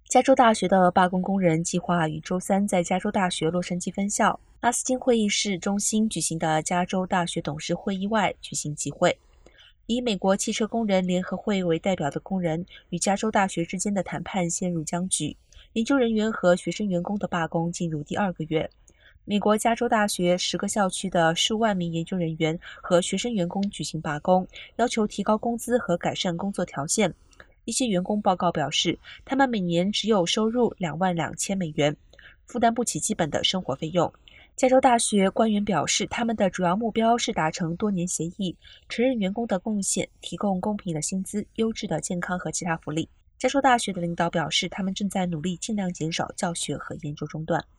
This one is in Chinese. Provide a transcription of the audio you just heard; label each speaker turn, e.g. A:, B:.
A: 加州大学的罢工工人计划于周三在加州大学洛杉矶分校拉斯金会议室中心举行的加州大学董事会议外举行集会。以美国汽车工人联合会为代表的工人与加州大学之间的谈判陷入僵局，研究人员和学生员工的罢工进入第2个月。美国加州大学10个校区的数万名研究人员和学生员工举行罢工，要求提高工资和改善工作条件。一些员工报告表示，他们每年只有收入$22,000，负担不起基本的生活费用。加州大学官员表示，他们的主要目标是达成多年协议，承认员工的贡献，提供公平的薪资、优质的健康和其他福利。加州大学的领导表示，他们正在努力尽量减少教学和研究中断。